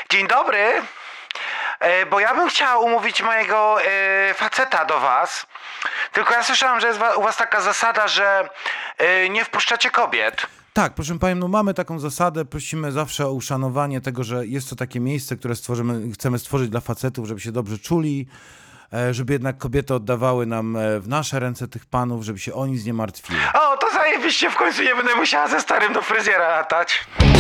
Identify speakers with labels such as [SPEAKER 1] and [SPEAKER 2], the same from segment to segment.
[SPEAKER 1] Dzień dobry, bo ja bym chciała umówić mojego faceta do was. Tylko ja słyszałam, że jest u was taka zasada, że nie wpuszczacie kobiet.
[SPEAKER 2] Tak, proszę panią, no mamy taką zasadę, prosimy zawsze o uszanowanie tego, że jest to takie miejsce, które chcemy stworzyć dla facetów, żeby się dobrze czuli, żeby jednak kobiety oddawały nam w nasze ręce tych panów, żeby się o nic nie martwiły.
[SPEAKER 1] O, to zajebiście, w końcu nie będę musiała ze starym do fryzjera latać.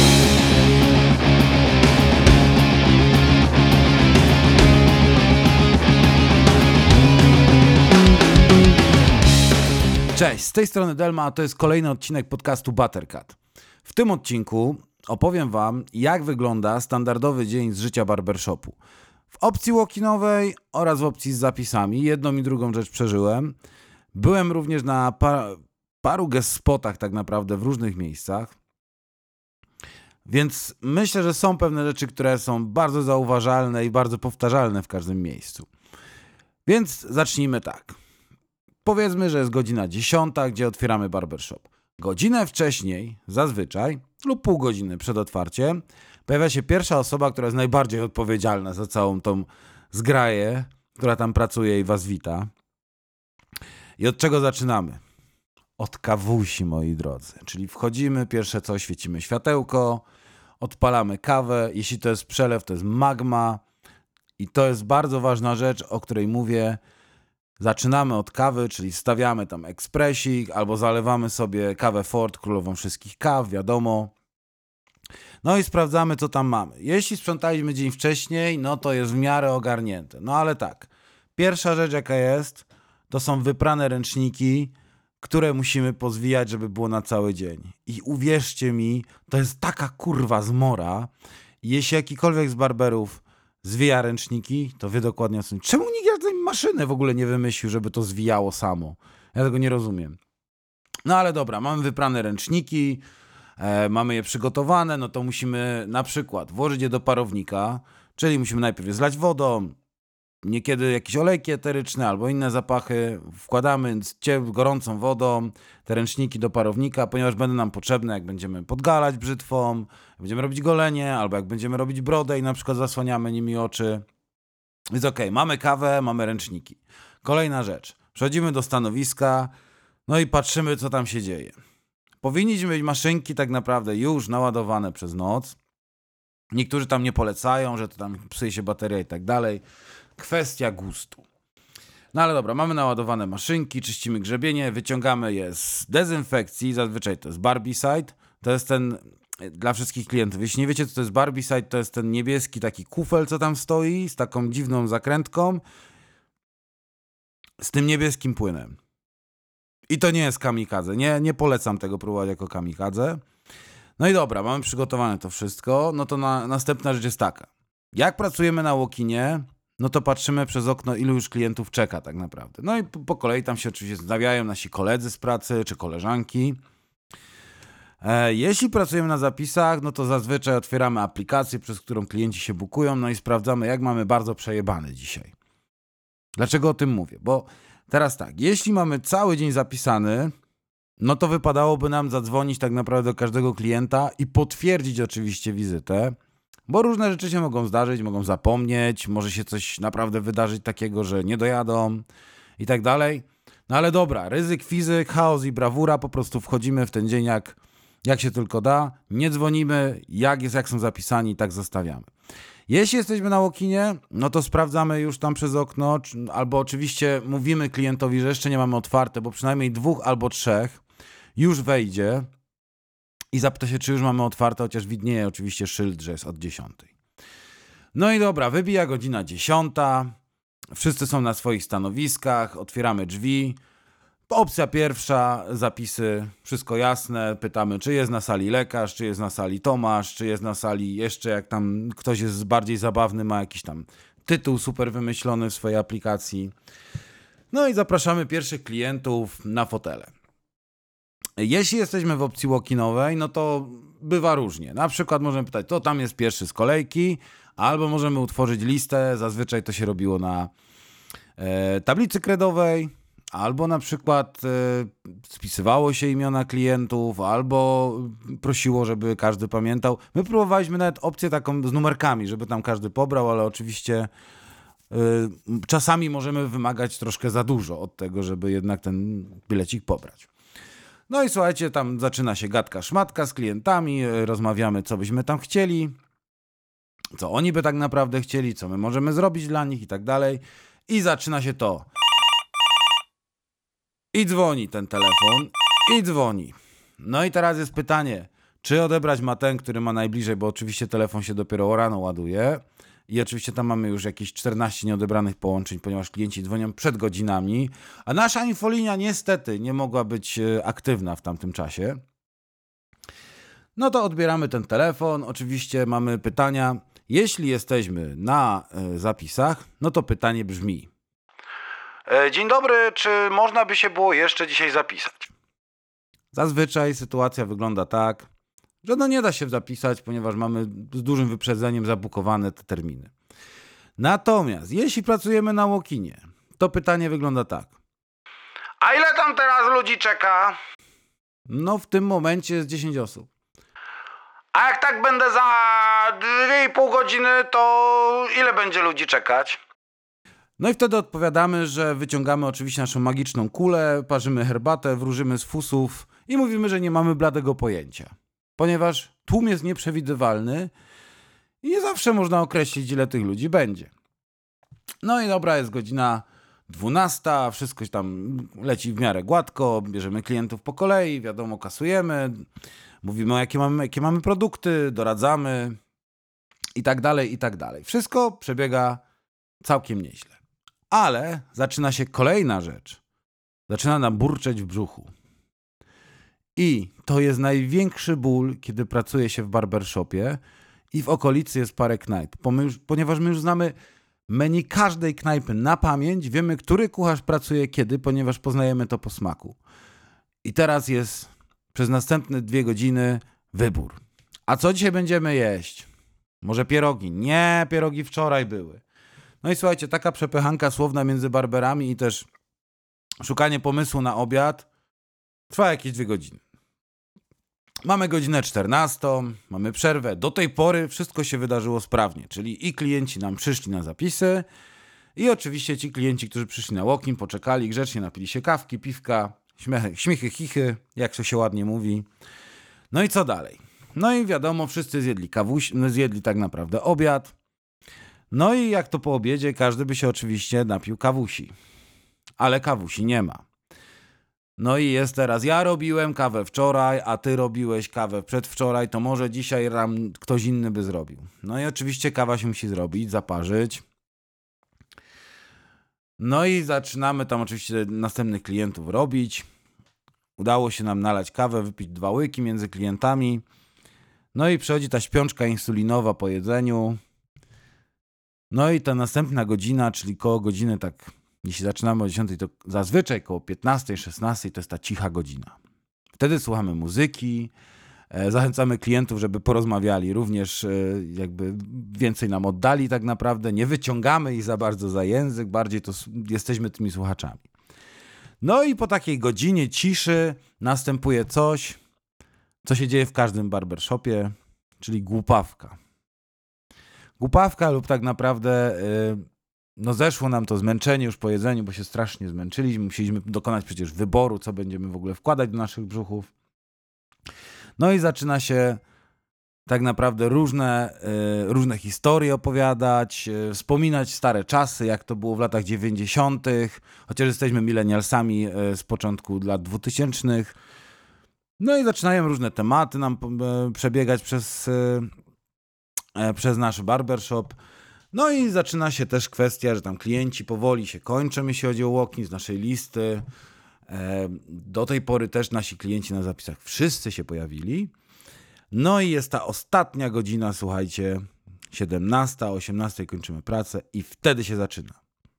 [SPEAKER 2] Cześć, z tej strony Delma, a to jest kolejny odcinek podcastu Buttercut. W tym odcinku opowiem wam, jak wygląda standardowy dzień z życia barbershopu. W opcji walk-inowej oraz w opcji z zapisami. Jedną i drugą rzecz przeżyłem. Byłem również na paru guest spotach tak naprawdę w różnych miejscach. Więc myślę, że są pewne rzeczy, które są bardzo zauważalne i bardzo powtarzalne w każdym miejscu. Więc zacznijmy tak. Powiedzmy, że jest godzina 10, gdzie otwieramy barbershop. Godzinę wcześniej, zazwyczaj, lub pół godziny przed otwarciem, pojawia się pierwsza osoba, która jest najbardziej odpowiedzialna za całą tą zgraję, która tam pracuje i was wita. I od czego zaczynamy? Od kawusi, moi drodzy. Czyli wchodzimy, pierwsze co, świecimy światełko, odpalamy kawę. Jeśli to jest przelew, to jest magma. I to jest bardzo ważna rzecz, o której mówię. Zaczynamy od kawy, czyli wstawiamy tam ekspresik albo zalewamy sobie kawę Ford, królową wszystkich kaw, wiadomo. No i sprawdzamy, co tam mamy. Jeśli sprzątaliśmy dzień wcześniej, no to jest w miarę ogarnięte. No ale tak, pierwsza rzecz jaka jest, to są wyprane ręczniki, które musimy pozwijać, żeby było na cały dzień. I uwierzcie mi, to jest taka kurwa zmora. Jeśli jakikolwiek z barberów zwija ręczniki, to wie dokładnie o co. Czemu nikt tej maszyny w ogóle nie wymyślił, żeby to zwijało samo? Ja tego nie rozumiem. No ale dobra, mamy wyprane ręczniki, mamy je przygotowane, no to musimy na przykład włożyć je do parownika, czyli musimy najpierw je zlać wodą, niekiedy jakieś olejki eteryczne albo inne zapachy, wkładamy gorącą wodą te ręczniki do parownika, ponieważ będą nam potrzebne, jak będziemy podgalać brzytwą, będziemy robić golenie, albo jak będziemy robić brodę i na przykład zasłaniamy nimi oczy. Więc okej, mamy kawę, mamy ręczniki. Kolejna rzecz, przechodzimy do stanowiska, no i patrzymy, co tam się dzieje. Powinniśmy mieć maszynki tak naprawdę już naładowane przez noc. Niektórzy tam nie polecają, że to tam psuje się bateria i tak dalej. Kwestia gustu. No ale dobra, mamy naładowane maszynki, czyścimy grzebienie, wyciągamy je z dezynfekcji, zazwyczaj to jest Barbicide, to jest ten, dla wszystkich klientów, jeśli nie wiecie co to jest Barbicide, to jest ten niebieski taki kufel, co tam stoi, z taką dziwną zakrętką, z tym niebieskim płynem. I to nie jest kamikadze, nie polecam tego próbować jako kamikadze. No i dobra, mamy przygotowane to wszystko, no to następna rzecz jest taka. Jak pracujemy na walk-inie, no to patrzymy przez okno, ilu już klientów czeka tak naprawdę. No i po kolei tam się oczywiście zjawiają nasi koledzy z pracy czy koleżanki. Jeśli pracujemy na zapisach, no to zazwyczaj otwieramy aplikację, przez którą klienci się bukują, no i sprawdzamy, jak mamy bardzo przejebane dzisiaj. Dlaczego o tym mówię? Bo teraz tak, jeśli mamy cały dzień zapisany, no to wypadałoby nam zadzwonić tak naprawdę do każdego klienta i potwierdzić oczywiście wizytę, bo różne rzeczy się mogą zdarzyć, mogą zapomnieć, może się coś naprawdę wydarzyć takiego, że nie dojadą i tak dalej. No ale dobra, ryzyk, fizyk, chaos i brawura, po prostu wchodzimy w ten dzień jak się tylko da, nie dzwonimy, jak są zapisani i tak zostawiamy. Jeśli jesteśmy na walk-inie, no to sprawdzamy już tam przez okno, albo oczywiście mówimy klientowi, że jeszcze nie mamy otwarte, bo przynajmniej 2 albo 3 już wejdzie i zapyta się, czy już mamy otwarte, chociaż widnieje oczywiście szyld, że jest od 10. No i dobra, wybija godzina 10, wszyscy są na swoich stanowiskach, otwieramy drzwi. Opcja pierwsza, zapisy, wszystko jasne, pytamy, czy jest na sali lekarz, czy jest na sali Tomasz, czy jest na sali jeszcze, jak tam ktoś jest bardziej zabawny, ma jakiś tam tytuł super wymyślony w swojej aplikacji. No i zapraszamy pierwszych klientów na fotele. Jeśli jesteśmy w opcji walk-inowej, no to bywa różnie. Na przykład możemy pytać, to tam jest pierwszy z kolejki, albo możemy utworzyć listę, zazwyczaj to się robiło na tablicy kredowej, albo na przykład spisywało się imiona klientów, albo prosiło, żeby każdy pamiętał. My próbowaliśmy nawet opcję taką z numerkami, żeby tam każdy pobrał, ale oczywiście czasami możemy wymagać troszkę za dużo od tego, żeby jednak ten bilecik pobrać. No i słuchajcie, tam zaczyna się gadka szmatka z klientami, rozmawiamy, co byśmy tam chcieli, co oni by tak naprawdę chcieli, co my możemy zrobić dla nich i tak dalej. I zaczyna się to. I dzwoni ten telefon, i dzwoni. No i teraz jest pytanie, czy odebrać ma ten, który ma najbliżej, bo oczywiście telefon się dopiero rano ładuje. I oczywiście tam mamy już jakieś 14 nieodebranych połączeń, ponieważ klienci dzwonią przed godzinami, a nasza infolinia niestety nie mogła być aktywna w tamtym czasie. No to odbieramy ten telefon, oczywiście mamy pytania. Jeśli jesteśmy na zapisach, no to pytanie brzmi.
[SPEAKER 1] Dzień dobry, czy można by się było jeszcze dzisiaj zapisać?
[SPEAKER 2] Zazwyczaj sytuacja wygląda tak, że no nie da się zapisać, ponieważ mamy z dużym wyprzedzeniem zabukowane te terminy. Natomiast jeśli pracujemy na walk-inie, to pytanie wygląda tak.
[SPEAKER 1] A ile tam teraz ludzi czeka?
[SPEAKER 2] No w tym momencie jest 10 osób.
[SPEAKER 1] A jak tak będę za 2,5 godziny, to ile będzie ludzi czekać?
[SPEAKER 2] No i wtedy odpowiadamy, że wyciągamy oczywiście naszą magiczną kulę, parzymy herbatę, wróżymy z fusów i mówimy, że nie mamy bladego pojęcia. Ponieważ tłum jest nieprzewidywalny i nie zawsze można określić, ile tych ludzi będzie. No i dobra, jest godzina 12, wszystko tam leci w miarę gładko, bierzemy klientów po kolei, wiadomo, kasujemy, mówimy, jakie mamy produkty, doradzamy i tak dalej, i tak dalej. Wszystko przebiega całkiem nieźle. Ale zaczyna się kolejna rzecz. Zaczyna nam burczeć w brzuchu. I to jest największy ból, kiedy pracuje się w barbershopie i w okolicy jest parę knajp. Ponieważ my już znamy menu każdej knajpy na pamięć, wiemy, który kucharz pracuje kiedy, ponieważ poznajemy to po smaku. I teraz jest przez następne 2 godziny wybór. A co dzisiaj będziemy jeść? Może pierogi? Nie, pierogi wczoraj były. No i słuchajcie, taka przepychanka słowna między barberami i też szukanie pomysłu na obiad trwa jakieś 2 godziny. Mamy godzinę 14, mamy przerwę. Do tej pory wszystko się wydarzyło sprawnie, czyli i klienci nam przyszli na zapisy i oczywiście ci klienci, którzy przyszli na walk-in, poczekali, grzecznie napili się kawki, piwka, śmichy, chichy, jak to się ładnie mówi. No i co dalej? No i wiadomo, wszyscy zjedli tak naprawdę obiad. No i jak to po obiedzie, każdy by się oczywiście napił kawusi. Ale kawusi nie ma. No i jest teraz, ja robiłem kawę wczoraj, a ty robiłeś kawę przedwczoraj, to może dzisiaj ktoś inny by zrobił. No i oczywiście kawa się musi zrobić, zaparzyć. No i zaczynamy tam oczywiście następnych klientów robić. Udało się nam nalać kawę, wypić 2 łyki między klientami. No i przychodzi ta śpiączka insulinowa po jedzeniu. No i ta następna godzina, czyli koło godziny tak, jeśli zaczynamy o 10, to zazwyczaj koło 15, 16 to jest ta cicha godzina. Wtedy słuchamy muzyki, zachęcamy klientów, żeby porozmawiali, również jakby więcej nam oddali tak naprawdę, nie wyciągamy ich za bardzo za język, bardziej to jesteśmy tymi słuchaczami. No i po takiej godzinie ciszy następuje coś, co się dzieje w każdym barbershopie, czyli głupawka. Głupawka lub tak naprawdę no zeszło nam to zmęczenie już po jedzeniu, bo się strasznie zmęczyliśmy. Musieliśmy dokonać przecież wyboru, co będziemy w ogóle wkładać do naszych brzuchów. No i zaczyna się tak naprawdę różne historie opowiadać, wspominać stare czasy, jak to było w latach 90., chociaż jesteśmy milenialsami z początku lat 2000. No i zaczynają różne tematy nam przebiegać przez nasz barbershop. No i zaczyna się też kwestia, że tam klienci powoli się kończą, jeśli chodzi o walk-in z naszej listy. Do tej pory też nasi klienci na zapisach wszyscy się pojawili. No i jest ta ostatnia godzina, słuchajcie, 17, o 18 kończymy pracę i wtedy się zaczyna.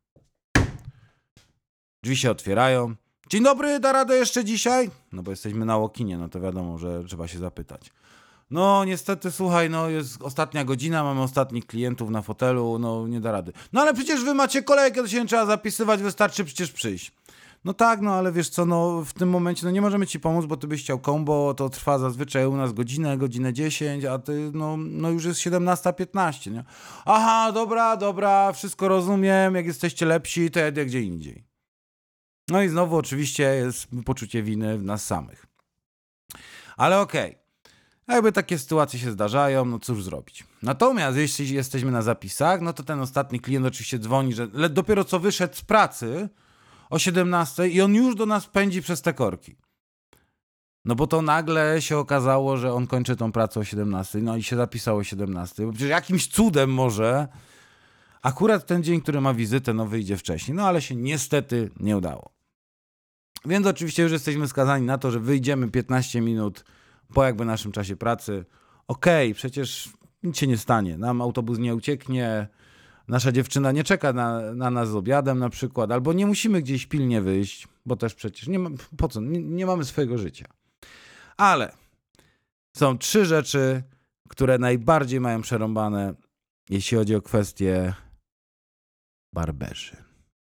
[SPEAKER 2] Drzwi się otwierają. Dzień dobry, da radę jeszcze dzisiaj? No bo jesteśmy na walk-inie, no to wiadomo, że trzeba się zapytać. No niestety, słuchaj, no jest ostatnia godzina, mamy ostatnich klientów na fotelu, no nie da rady. No ale przecież wy macie kolejkę, to się nie trzeba zapisywać, wystarczy przecież przyjść. No tak, no ale wiesz co, no w tym momencie no nie możemy ci pomóc, bo ty byś chciał combo, to trwa zazwyczaj u nas godzinę 10, a ty no już jest 17:15, nie? Aha, dobra, wszystko rozumiem, jak jesteście lepsi, to jedę gdzie indziej. No i znowu oczywiście jest poczucie winy w nas samych. Ale okej. Jakby takie sytuacje się zdarzają, no cóż zrobić. Natomiast jeśli jesteśmy na zapisach, no to ten ostatni klient oczywiście dzwoni, że dopiero co wyszedł z pracy o 17 i on już do nas pędzi przez te korki. No bo to nagle się okazało, że on kończy tą pracę o 17, no i się zapisało o 17, bo przecież jakimś cudem może akurat ten dzień, który ma wizytę, no wyjdzie wcześniej, no ale się niestety nie udało. Więc oczywiście już jesteśmy skazani na to, że wyjdziemy 15 minut po jakby naszym czasie pracy. Okej, przecież nic się nie stanie, nam autobus nie ucieknie, nasza dziewczyna nie czeka na nas z obiadem na przykład, albo nie musimy gdzieś pilnie wyjść, bo też przecież nie ma, po co, nie mamy swojego życia. Ale są 3 rzeczy, które najbardziej mają przerąbane, jeśli chodzi o kwestię barberzy.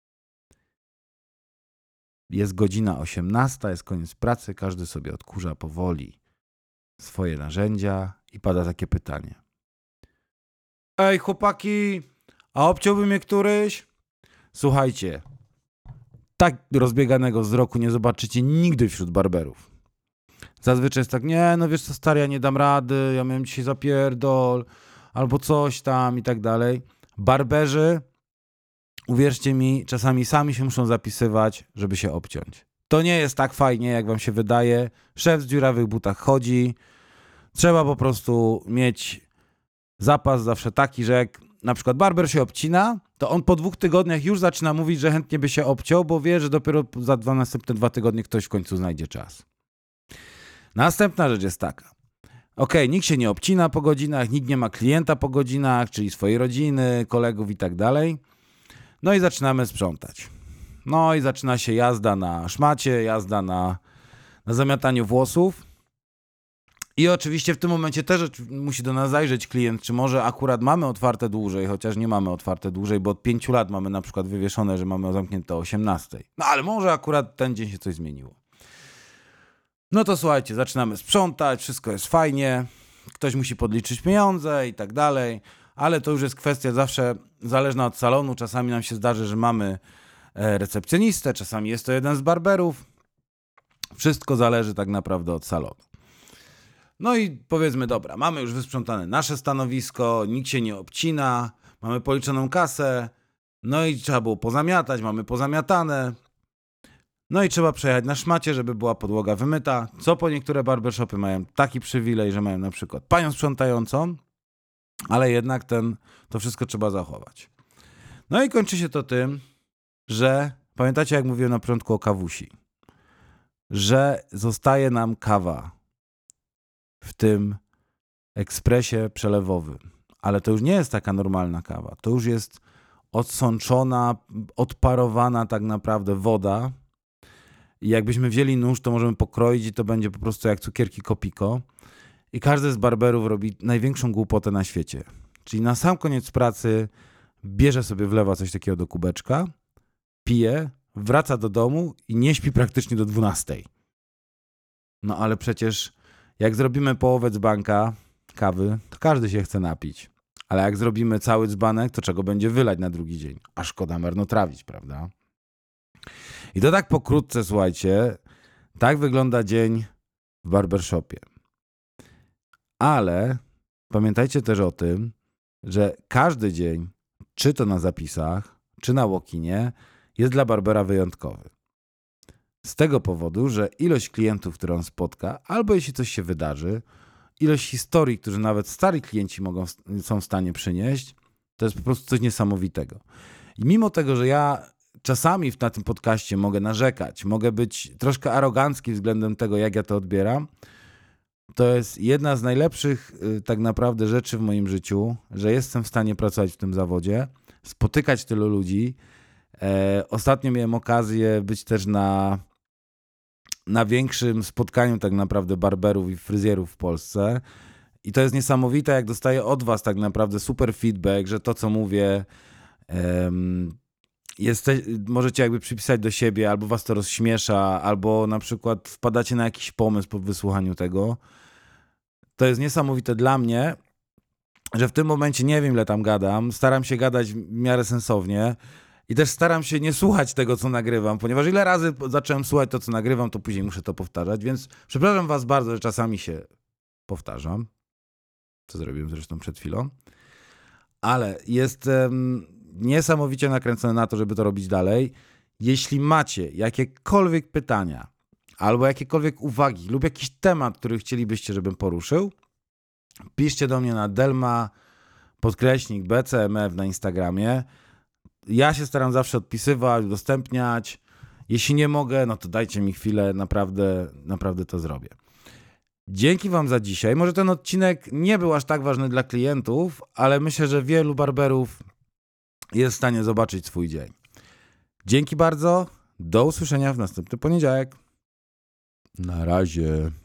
[SPEAKER 2] Jest godzina 18, jest koniec pracy, każdy sobie odkurza powoli swoje narzędzia i pada takie pytanie. Ej chłopaki, a obciąłby mnie któryś? Słuchajcie, tak rozbieganego wzroku nie zobaczycie nigdy wśród barberów. Zazwyczaj jest tak, nie, no wiesz co stary, ja nie dam rady, ja miałem dzisiaj zapierdol, albo coś tam i tak dalej. Barberzy, uwierzcie mi, czasami sami się muszą zapisywać, żeby się obciąć. To nie jest tak fajnie, jak wam się wydaje. Szef w dziurawych butach chodzi. Trzeba po prostu mieć zapas zawsze taki, że jak na przykład barber się obcina, to on po 2 tygodniach już zaczyna mówić, że chętnie by się obciął, bo wie, że dopiero za następne 2 tygodnie ktoś w końcu znajdzie czas. Następna rzecz jest taka. Okej, nikt się nie obcina po godzinach, nikt nie ma klienta po godzinach, czyli swojej rodziny, kolegów i tak dalej. No i zaczynamy sprzątać. No i zaczyna się jazda na szmacie, jazda na zamiataniu włosów. I oczywiście w tym momencie też musi do nas zajrzeć klient, czy może akurat mamy otwarte dłużej, chociaż nie mamy otwarte dłużej, bo od 5 lat mamy na przykład wywieszone, że mamy zamknięte o 18. No ale może akurat ten dzień się coś zmieniło. No to słuchajcie, zaczynamy sprzątać, wszystko jest fajnie, ktoś musi podliczyć pieniądze i tak dalej, ale to już jest kwestia zawsze zależna od salonu. Czasami nam się zdarzy, że mamy recepcjonistę, czasami jest to jeden z barberów. Wszystko zależy tak naprawdę od salonu. No i powiedzmy, dobra, mamy już wysprzątane nasze stanowisko, nikt się nie obcina, mamy policzoną kasę, no i trzeba było pozamiatać, mamy pozamiatane. No i trzeba przejechać na szmacie, żeby była podłoga wymyta, co po niektóre barbershopy mają taki przywilej, że mają na przykład panią sprzątającą, ale jednak to wszystko trzeba zachować. No i kończy się to tym, że pamiętacie jak mówiłem na początku o kawusi, że zostaje nam kawa w tym ekspresie przelewowym, ale to już nie jest taka normalna kawa, to już jest odsączona, odparowana tak naprawdę woda. I jakbyśmy wzięli nóż, to możemy pokroić i to będzie po prostu jak cukierki Kopiko. I każdy z barberów robi największą głupotę na świecie. Czyli na sam koniec pracy bierze sobie, wlewa coś takiego do kubeczka, pije, wraca do domu i nie śpi praktycznie do 12. No ale przecież jak zrobimy połowę dzbanka kawy, to każdy się chce napić. Ale jak zrobimy cały dzbanek, to czego będzie wylać na drugi dzień? A szkoda marnotrawić, prawda? I to tak pokrótce, słuchajcie, tak wygląda dzień w barbershopie. Ale pamiętajcie też o tym, że każdy dzień, czy to na zapisach, czy na walk-inie, jest dla barbera wyjątkowy. Z tego powodu, że ilość klientów, które on spotka, albo jeśli coś się wydarzy, ilość historii, które nawet stali klienci są w stanie przynieść, to jest po prostu coś niesamowitego. I mimo tego, że ja czasami na tym podcaście mogę narzekać, mogę być troszkę arogancki względem tego, jak ja to odbieram, to jest jedna z najlepszych tak naprawdę rzeczy w moim życiu, że jestem w stanie pracować w tym zawodzie, spotykać tylu ludzi. Ostatnio miałem okazję być też na większym spotkaniu tak naprawdę barberów i fryzjerów w Polsce i to jest niesamowite, jak dostaję od was tak naprawdę super feedback, że to co mówię możecie jakby przypisać do siebie, albo was to rozśmiesza, albo na przykład wpadacie na jakiś pomysł po wysłuchaniu tego. To jest niesamowite dla mnie, że w tym momencie nie wiem, ile tam gadam. Staram się gadać w miarę sensownie i też staram się nie słuchać tego, co nagrywam, ponieważ ile razy zacząłem słuchać to, co nagrywam, to później muszę to powtarzać, więc przepraszam was bardzo, że czasami się powtarzam, co zrobiłem zresztą przed chwilą, ale jestem niesamowicie nakręcony na to, żeby to robić dalej. Jeśli macie jakiekolwiek pytania albo jakiekolwiek uwagi lub jakiś temat, który chcielibyście, żebym poruszył, piszcie do mnie na Delma_BCMF na Instagramie. Ja się staram zawsze odpisywać, udostępniać. Jeśli nie mogę, no to dajcie mi chwilę, naprawdę to zrobię. Dzięki wam za dzisiaj. Może ten odcinek nie był aż tak ważny dla klientów, ale myślę, że wielu barberów jest w stanie zobaczyć swój dzień. Dzięki bardzo. Do usłyszenia w następny poniedziałek. Na razie.